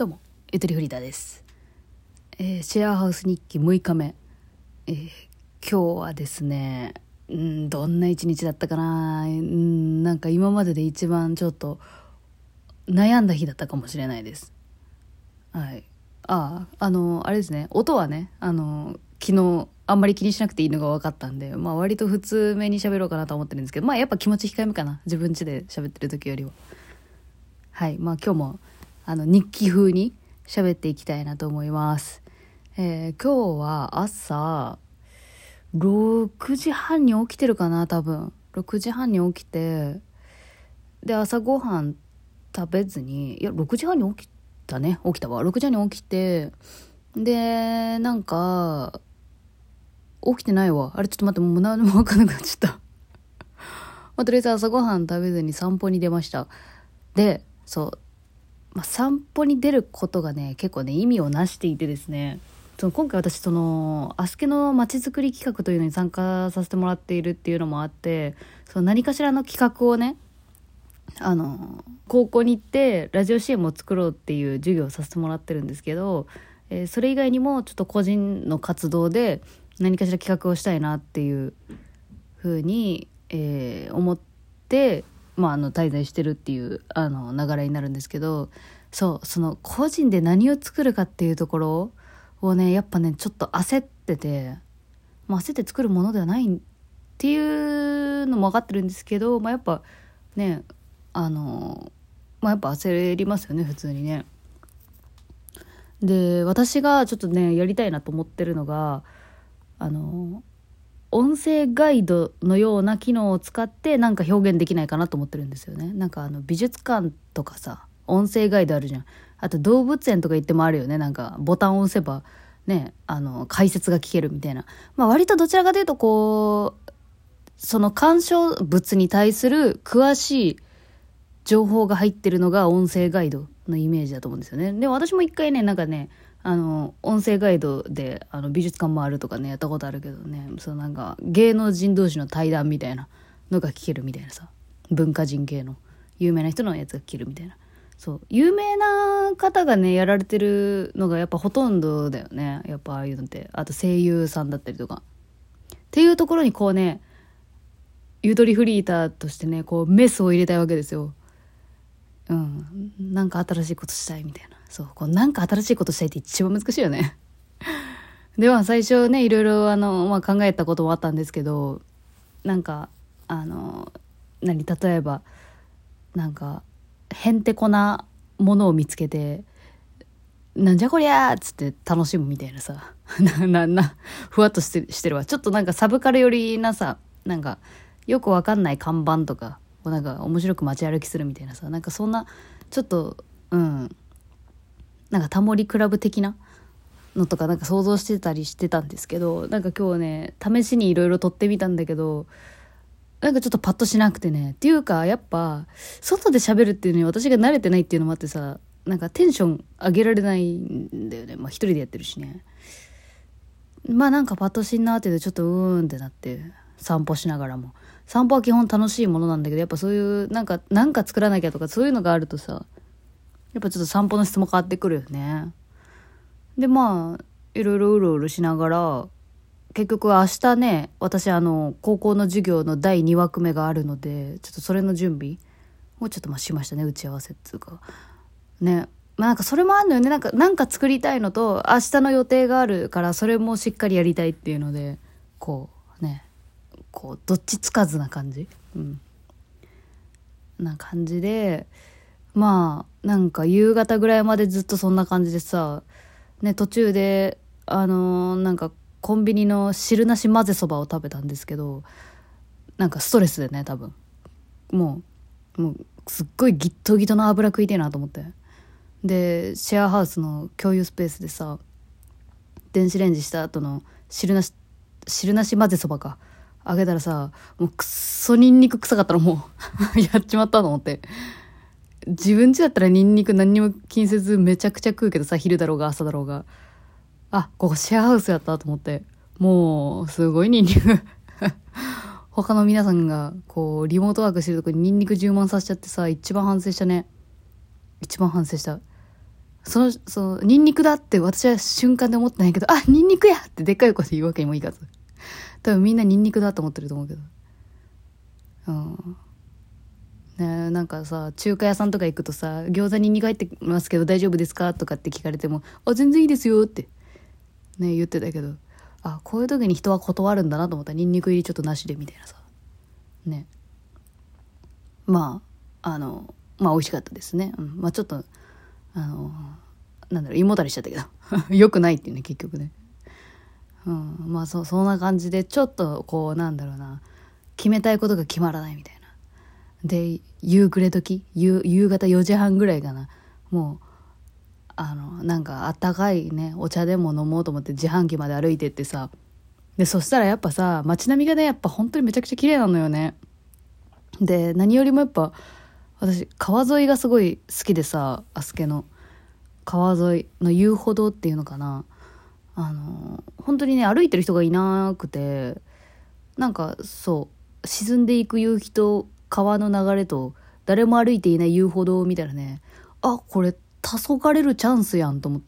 どうもゆとりフリーダーです。シェアハウス日記6日目、今日はですね、どんな一日だったかな。なんか今までで一番ちょっと悩んだ日だったかもしれないです。はい。あれですね、音はね、昨日あんまり気にしなくていいのが分かったんで、割と普通めに喋ろうかなと思ってるんですけど、やっぱ気持ち控えめかな、自分家で喋ってる時よりは。はい。今日も日記風に喋っていきたいなと思います。今日は朝6時半に起きてるかな、多分6時半に起きて、で朝ごはん食べずに、6時半に起きたわ。6時半に起きて、でなんか起きてないわ。あれちょっと待って、もう何も分かんなくなっちゃったとりあえず朝ごはん食べずに散歩に出ました。で散歩に出ることがね、結構ね意味をなしていてですね、今回私アスケのまちづくり企画というのに参加させてもらっているっていうのもあって、何かしらの企画をね、高校に行ってラジオ CM を作ろうっていう授業をさせてもらってるんですけど、それ以外にもちょっと個人の活動で何かしら企画をしたいなっていう風に、思って滞在してるっていう流れになるんですけど、その個人で何を作るかっていうところをね、やっぱねちょっと焦ってて、焦って作るものではないっていうのも分かってるんですけど、やっぱねやっぱ焦りますよね、普通にね。で私がちょっとねやりたいなと思ってるのが、音声ガイドのような機能を使ってなんか表現できないかなと思ってるんですよね。なんか美術館とかさ、音声ガイドあるじゃん。あと動物園とか行ってもあるよね。なんかボタンを押せばね、解説が聞けるみたいな。割とどちらかというとその鑑賞物に対する詳しい情報が入ってるのが音声ガイドのイメージだと思うんですよね。で私も一回ね、なんかね音声ガイドで美術館もあるとかねやったことあるけどね、なんか芸能人同士の対談みたいなのが聞けるみたいなさ、文化人系の有名な人のやつが聞けるみたいな、有名な方がねやられてるのがやっぱほとんどだよね。やっぱああいうのって、あと声優さんだったりとかっていうところにゆとりフリーターとしてねメスを入れたいわけですよ。なんか新しいことしたいみたいな。なんか新しいことしたいって一番難しいよねでは最初ねいろいろ考えたこともあったんですけど、なんか例えばなんかへんてこなものを見つけて、なんじゃこりゃーっつって楽しむみたいなさふわっとしてるわ。ちょっとなんかサブカル寄りなさ、なんかよくわかんない看板とかなんか面白く街歩きするみたいなさ、なんかそんなちょっとなんかタモリクラブ的なのとかなんか想像してたりしてたんですけど、なんか今日ね試しにいろいろ撮ってみたんだけど、なんかちょっとパッとしなくてね。っていうかやっぱ外で喋るっていうのに私が慣れてないっていうのもあってさ、なんかテンション上げられないんだよね。一人でやってるしね。なんかパッとしんなーってちょっとってなって、散歩しながらも、散歩は基本楽しいものなんだけど、やっぱそういうなんか作らなきゃとかそういうのがあるとさ、やっぱちょっと散歩の質も変わってくるよね。でいろいろうろうろしながら、結局明日ね私高校の授業の第2枠目があるので、ちょっとそれの準備をちょっとしましたね。打ち合わせっていうかね。なんかそれもあるのよね。なんか作りたいのと、明日の予定があるからそれもしっかりやりたいっていうので、どっちつかずな感じ、な感じで、なんか夕方ぐらいまでずっとそんな感じでさね、途中でなんかコンビニの汁なし混ぜそばを食べたんですけど、なんかストレスでね、多分もうすっごいギットギトの油食いてえなと思って、でシェアハウスの共有スペースでさ、電子レンジした後の汁なし混ぜそばかあげたらさ、もうくっそニンニク臭かったの。もうやっちまったと思って。自分家だったらニンニク何にも気にせずめちゃくちゃ食うけどさ、昼だろうが朝だろうが、ここシェアハウスやったと思って、もうすごいニンニク他の皆さんがリモートワークしてるとこにニンニク充満させちゃってさ、一番反省した。 そのニンニクだって私は瞬間で思ってないけど、あ、ニンニクやってでっかい声で言うわけにもいかず、多分みんなニンニクだと思ってると思うけど、なんかさ、中華屋さんとか行くとさ、餃子ニンニク入ってますけど大丈夫ですかとかって聞かれても、あ、全然いいですよってね言ってたけど、あ、こういう時に人は断るんだなと思った。ニンニク入りちょっとなしでみたいなさね。まあ美味しかったですね。まあちょっとなんだろう、胃もたれしちゃったけどよくないっていうね、結局ね。まあそんな感じで、ちょっとこうなんだろうな、決めたいことが決まらないみたいな。で夕暮れ時、夕方4時半ぐらいかな、もうなんかあったかいねお茶でも飲もうと思って自販機まで歩いてってさ、でそしたらやっぱさ、街並みがねやっぱ本当にめちゃくちゃ綺麗なのよね。で何よりもやっぱ私川沿いがすごい好きでさ、あすけの川沿いの遊歩道っていうのかな、本当にね歩いてる人がいなくて、なんかそう沈んでいく夕日と川の流れと誰も歩いていない遊歩道を見たらね、あ、これ黄昏るチャンスやんと思って、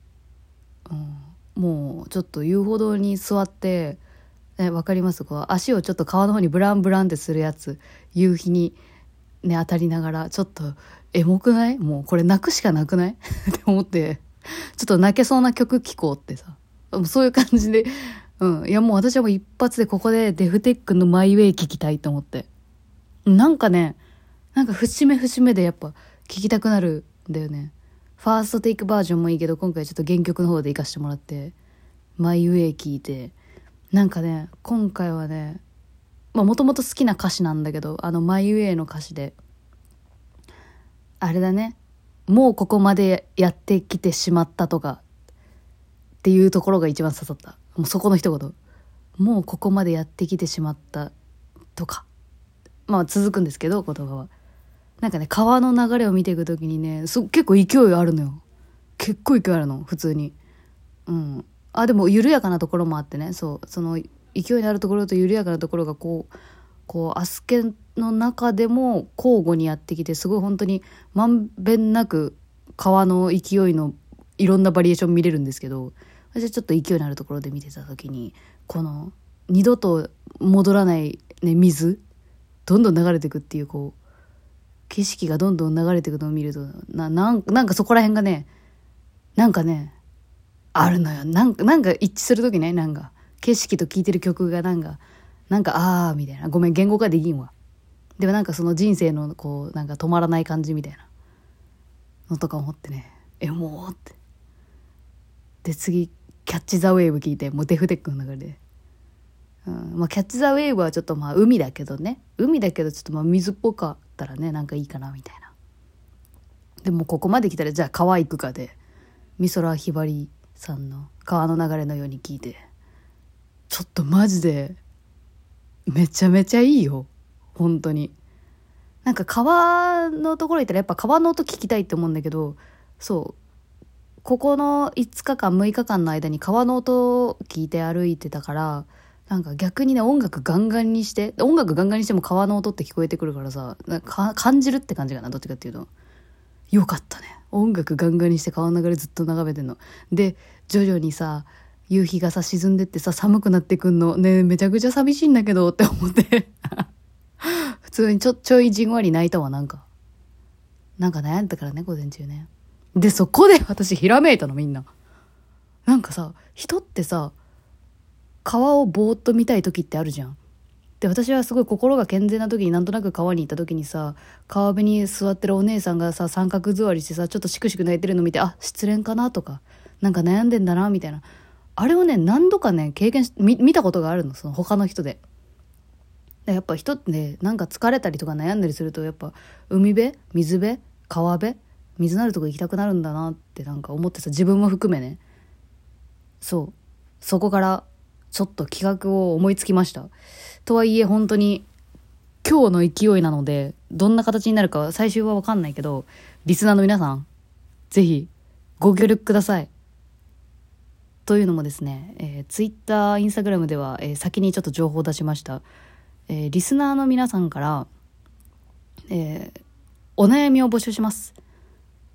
もうちょっと遊歩道に座って、わかります？こう足をちょっと川の方にブランブランってするやつ、夕日にね当たりながら、ちょっとエモくない？もうこれ泣くしかなくないって思って、ちょっと泣けそうな曲聴こうってさ、そういう感じで、いやもう私はもう一発でここでデフテックのマイウェイ聴きたいと思って、なんかね、なんか節目節目でやっぱ聴きたくなるんだよね。ファーストテイクバージョンもいいけど、今回ちょっと原曲の方で行かしてもらってマイウェイ聴いて、なんかね今回はね、もともと好きな歌詞なんだけど、マイウェイの歌詞であれだね、もうここまでやってきてしまったとかっていうところが一番刺さった。もうそこの一言、もうここまでやってきてしまったとか、続くんですけど言葉は、なんかね川の流れを見ていくときにね、結構勢いあるのよ。結構勢いあるの普通に。でも緩やかなところもあってね、その勢いのあるところと緩やかなところがこうアスケの中でも交互にやってきて、すごい本当にまんべんなく川の勢いのいろんなバリエーション見れるんですけど、私はちょっと勢いのあるところで見てた時に、この二度と戻らない、ね、水どんどん流れていくっていう、こう景色がどんどん流れていくのを見ると、なんかそこら辺がね、なんかねあるのよ。なんか一致する時ね、なんか景色と聴いてる曲がなんかあーみたいな、ごめん言語化できんわ。でもなんかその人生のこうなんか止まらない感じみたいなのとか思ってね、もうって。で次キャッチザウェーブ聞いて、もうデフテックの中で、キャッチザウェーブはちょっと海だけどちょっと水っぽかったらねなんかいいかなみたいな。でもここまで来たらじゃあ川行くかで、美空ひばりさんの川の流れのように聞いて、ちょっとマジでめちゃめちゃいいよ本当に。なんか川のところ行ったらやっぱ川の音聞きたいって思うんだけど、ここの5日間6日間の間に川の音を聞いて歩いてたから、なんか逆にね音楽ガンガンにしても川の音って聞こえてくるからさ、なんか感じるって感じかな、どっちかっていうと。よかったね、音楽ガンガンにして川の流れずっと眺めてんので、徐々にさ夕日がさ沈んでってさ寒くなってくんのね、めちゃくちゃ寂しいんだけどって思って普通にちょいじんわり泣いたわ。なんか悩んだからね午前中ね。でそこで私ひらめいたの。みんななんかさ、人ってさ川をぼーっと見たい時ってあるじゃん。で私はすごい心が健全な時になんとなく川に行った時にさ、川辺に座ってるお姉さんがさ三角座りしてさちょっとしくしく泣いてるの見て、あ、失恋かなとか、なんか悩んでんだなみたいな、あれをね何度かね経験し見たことがあるの、その他の人で。やっぱ人ってね、なんか疲れたりとか悩んだりすると、やっぱ海辺水辺川辺水のあるとこ行きたくなるんだなってなんか思ってさ、自分も含めね。そこからちょっと企画を思いつきました。とはいえ本当に今日の勢いなので、どんな形になるかは最終は分かんないけど、リスナーの皆さんぜひご協力ください。というのもですね、ツイッターインスタグラムでは、先にちょっと情報を出しました。リスナーの皆さんから、お悩みを募集します。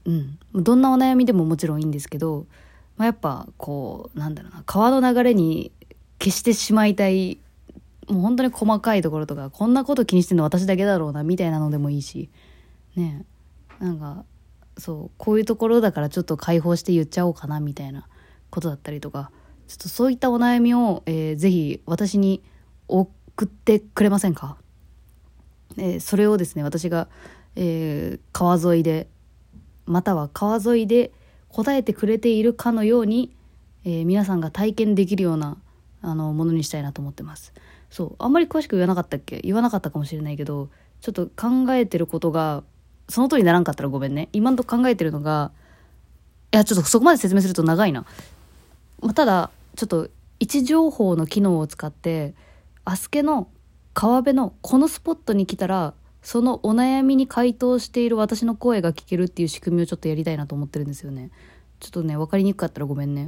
どんなお悩みでももちろんいいんですけど、やっぱこうなんだろうな、川の流れに消してしまいたい、もう本当に細かいところとか、こんなこと気にしてるの私だけだろうなみたいなのでもいいしね、なんかそうこういうところだからちょっと解放して言っちゃおうかなみたいなことだったりとか、ちょっとそういったお悩みを、ぜひ私に送ってくれませんか。それをですね、私が、川沿いでまたは川沿いで答えてくれているかのように、皆さんが体験できるようなものにしたいなと思ってます。そうあんまり詳しく言わなかったっけ、言わなかったかもしれないけど、ちょっと考えてることがその通りにならんかったらごめんね。今んとこ考えてるのが、いやちょっとそこまで説明すると長いな。ただちょっと位置情報の機能を使ってアスケの川辺のこのスポットに来たらそのお悩みに回答している私の声が聞けるっていう仕組みをちょっとやりたいなと思ってるんですよね。ちょっとね分かりにくかったらごめんね。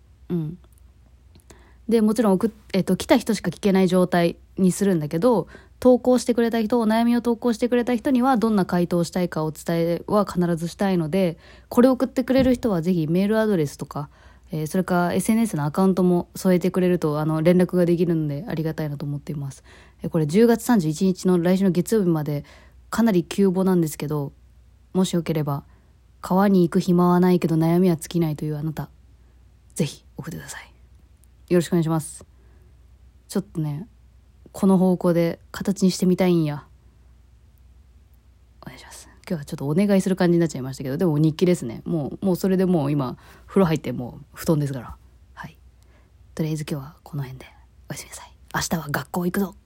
でもちろん来た人しか聞けない状態にするんだけど、投稿してくれた人、お悩みを投稿してくれた人にはどんな回答をしたいかお伝えは必ずしたいので、これを送ってくれる人はぜひメールアドレスとか、それか SNS のアカウントも添えてくれると連絡ができるのでありがたいなと思っています。これ10月31日の来週の月曜日までかなり急募なんですけど、もしよければ川に行く暇はないけど悩みは尽きないというあなた、ぜひ送ってください。よろしくお願いします。ちょっとねこの方向で形にしてみたいんや。お願いします。今日はちょっとお願いする感じになっちゃいましたけど、でも日記ですね。もうそれでもう今風呂入ってもう布団ですから。はい、とりあえず今日はこの辺でおやすみなさい。明日は学校行くぞ。